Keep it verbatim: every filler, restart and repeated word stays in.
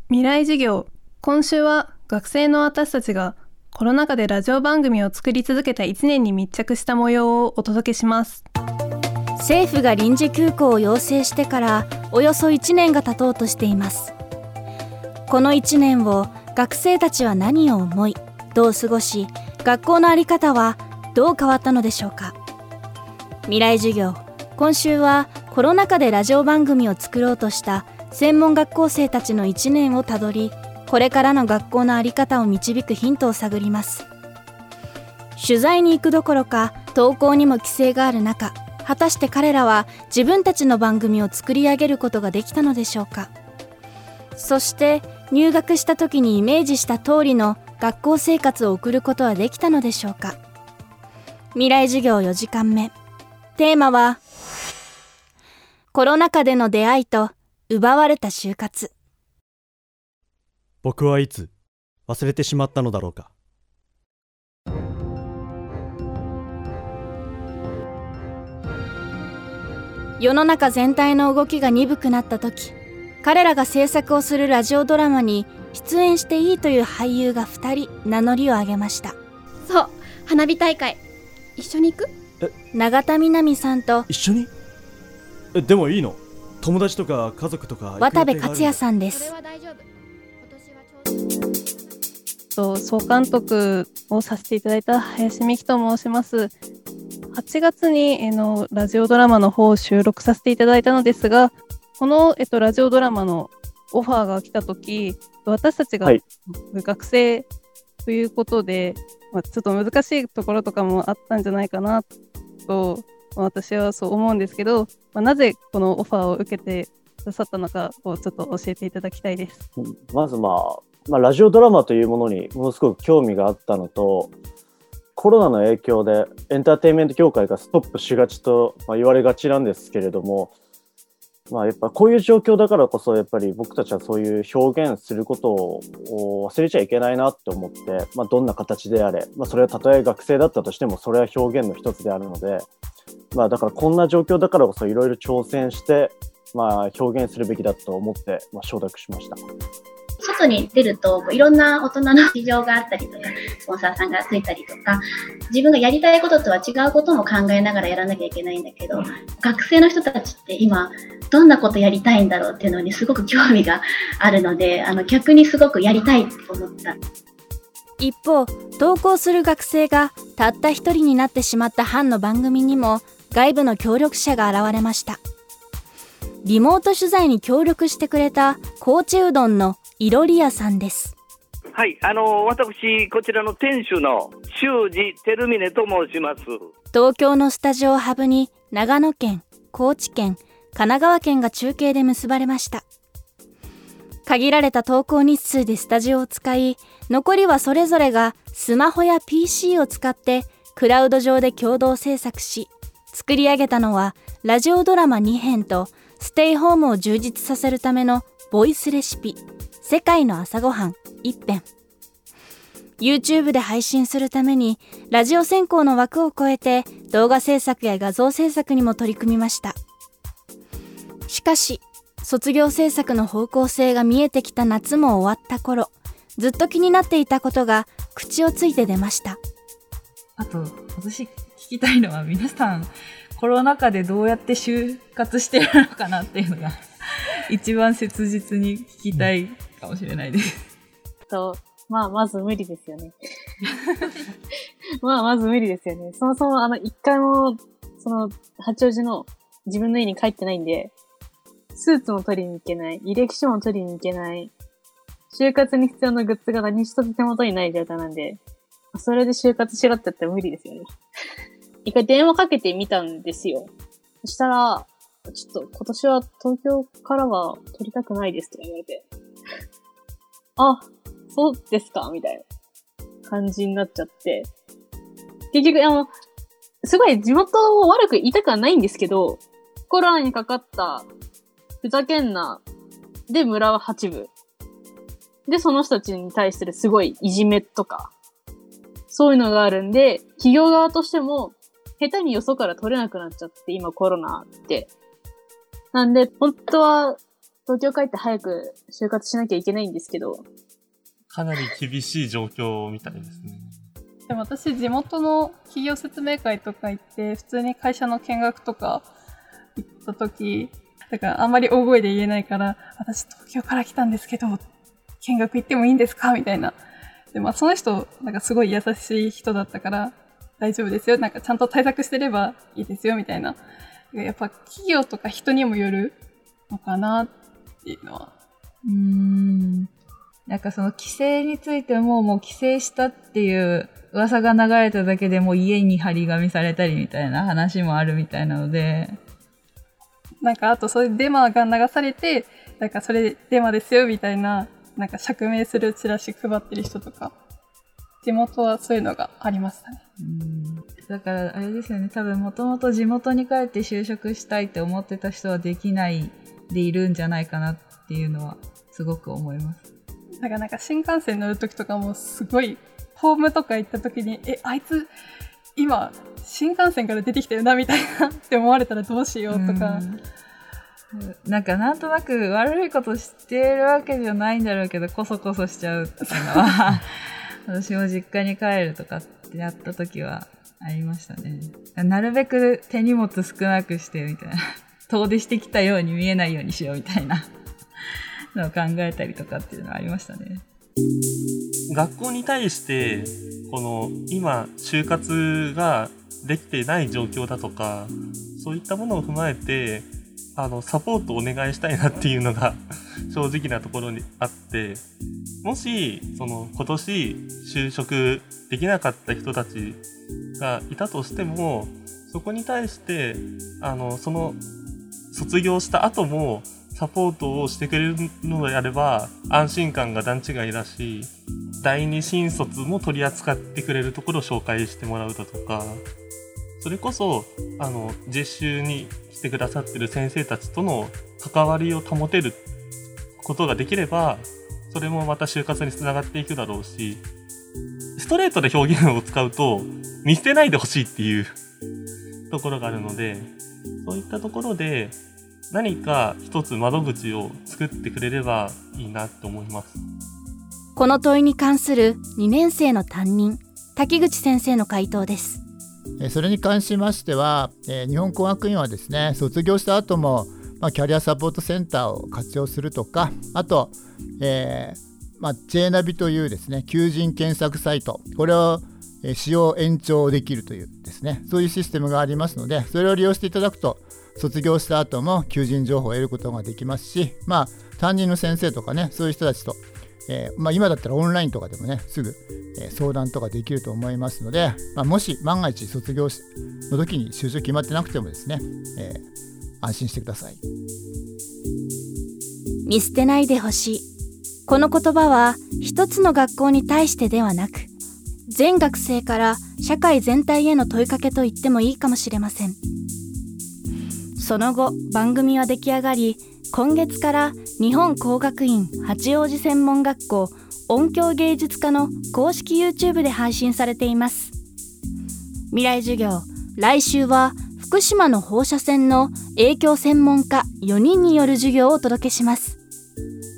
未来授業。今週は学生の私たちがコロナ禍でラジオ番組を作り続けたいちねんに密着した模様をお届けします。 政府が臨時休校を要請してからおよそいちねんが経とうとしています。このいちねんを学生たちは何を思い、どう過ごし、学校の在り方はどう変わったのでしょうか。未来授業。今週はコロナ禍でラジオ番組を作ろうとした専門学校生たちのいちねんをたどり、これからの学校の在り方を導くヒントを探ります。取材に行くどころか登校にも規制がある中、果たして彼らは自分たちの番組を作り上げることができたのでしょうか。そして入学した時にイメージした通りの学校生活を送ることはできたのでしょうか。未来授業よじかんめ。テーマはコロナ禍での出会いと奪われた就活。 僕はいつ忘れてしまったのだろうか。 世の中全体の動きが鈍くなった時、彼らが制作をするラジオドラマに出演していいという俳優がふたり名乗りを上げました。 そう、花火大会一緒に行く？ 永田みなみさんと一緒に？え、でもいいの？友達とか家族とか渡部克也さんです。 と総監督をさせていただいた林美希と申します。はちがつにえのラジオドラマの方を収録させていただいたのですが、この、えっと、ラジオドラマのオファーが来たとき、私たちが学生ということで、はい、まあ、ちょっと難しいところとかもあったんじゃないかなと私はそう思うんですけど、まあ、なぜこのオファーを受けてくださったのかをちょっと教えていただきたいです。 まず、まあ、まあラジオドラマというものにものすごく興味があったのと、コロナの影響でエンターテインメント業界がストップしがちと、まあ、言われがちなんですけれども、まあ、やっぱこういう状況だからこそやっぱり僕たちはそういう表現することを忘れちゃいけないなって思って、まあ、どんな形であれ、まあ、それはたとえ学生だったとしてもそれは表現の一つであるので、まあ、だからこんな状況だからこそいろいろ挑戦して、まあ、表現するべきだと思って、まあ、承諾しました。 外に出るといろんな大人の事情があったりとか、スポンサーさんがついたりとか、自分がやりたいこととは違うことも考えながらやらなきゃいけないんだけど、学生の人たちって今どんなことやりたいんだろうっていうのにすごく興味があるので、あの逆にすごくやりたいって思った。 一方、登校する学生がたった一人になってしまった班の番組にも外部の協力者が現れました。リモート取材に協力してくれた高知うどんのいろりやさんです。 はい、あの私こちらの店主の修二照峰と申します。 東京のスタジオをハブに長野県、高知県、神奈川県が中継で結ばれました。限られた投稿日数でスタジオを使い、残りはそれぞれがスマホや ピーシー を使ってクラウド上で共同制作し、作り上げたのはラジオドラマにへんとステイホームを充実させるためのボイスレシピ、世界の朝ごはんいっぺん。 YouTube で配信するためにラジオ専攻の枠を超えて動画制作や画像制作にも取り組みました。しかし卒業制作の方向性が見えてきた夏も終わった頃、ずっと気になっていたことが口をついて出ました。 あと私聞きたいのは、皆さんコロナ禍でどうやって就活してるのかなっていうのが一番切実に聞きたいかもしれないです。 と、まあ、まず無理ですよね。まあ、まず無理ですよね。そもそも、あの、一回も、その、八王子の自分の家に帰ってないんで、スーツも取りに行けない、履歴書も取りに行けない、就活に必要なグッズが何一つ手元にない状態なんで、それで就活しろって言ったら無理ですよね。一回電話かけてみたんですよ。そしたら、ちょっと今年は東京からは取りたくないですと言われて。あ、そうですかみたいな感じになっちゃって。結局、あの、すごい地元を悪く言いたくはないんですけど、コロナにかかったふざけんなで村ははちぶ。で、その人たちに対するすごいいじめとか、そういうのがあるんで、企業側としても下手によそから取れなくなっちゃって、今コロナって。なんで、本当は東京帰って早く就活しなきゃいけないんですけど。 かなり厳しい状況みたいですね。 でも私、地元の企業説明会とか行って、普通に会社の見学とか行った時、だからあんまり大声で言えないから、私東京から来たんですけど、見学行ってもいいんですかみたいな。で、まあその人、なんかすごい優しい人だったから、大丈夫ですよ。なんかちゃんと対策してればいいですよ、みたいな。やっぱ企業とか人にもよるのかなっていうのは。 うーん。なんかその規制についても、もう規制したっていう噂が流れただけでもう家に張り紙されたりみたいな話もあるみたいなので。 なんかあとそういうデマが流されて、なんかそれデマですよみたいな、なんか釈明するチラシ配ってる人とか、地元はそういうのがありましたね。 うんだからあれですよね、多分もともと地元に帰って就職したいって思ってた人はできないでいるんじゃないかなっていうのはすごく思います。 なんかなんか新幹線乗るときとかもすごいホームとか行ったときに、え、あいつ今新幹線から出てきたよなみたいなって思われたらどうしようとか。 なんかなんとなく悪いことしてるわけじゃないんだろうけど、こそこそしちゃうっていうのは私も実家に帰るとかってやった時はありましたね。なるべく手荷物少なくしてみたいな、遠出してきたように見えないようにしようみたいなのを考えたりとかっていうのはありましたね。 学校に対してこの今就活ができていない状況だとか、そういったものを踏まえてあのサポートをお願いしたいなっていうのが正直なところにあって、もしその今年就職できなかった人たちがいたとしても、そこに対してあのその卒業した後もサポートをしてくれるのであれば安心感が段違いだし、第二新卒も取り扱ってくれるところを紹介してもらうだとか、それこそあの実習に来てくださってる先生たちとの関わりを保てることができれば、それもまた就活につながっていくだろうし、ストレートで表現を使うと見捨てないでほしいっていうところがあるので、そういったところで何か一つ窓口を作ってくれればいいなと思います。 この問いに関するにねん生の担任、滝口先生の回答です。 それに関しましては、日本工学院はですね、卒業した後も、まあ、キャリアサポートセンターを活用するとか、あと、えーまあ、ジェーナビというですね、求人検索サイト、これを使用延長できるというですね、そういうシステムがありますので、それを利用していただくと、卒業した後も求人情報を得ることができますし、まあ、担任の先生とかね、そういう人たちと、えーまあ、今だったらオンラインとかでもね、すぐ、えー、相談とかできると思いますので、まあ、もし万が一卒業の時に就職決まってなくてもですね、えー、安心してください。 見捨てないでほしい。この言葉は一つの学校に対してではなく、全学生から社会全体への問いかけと言ってもいいかもしれません。その後、番組は出来上がり、今月から日本工学院八王子専門学校音響芸術科の公式 YouTube で配信されています。未来授業、来週は福島の放射線の影響専門家よにんによる授業をお届けします。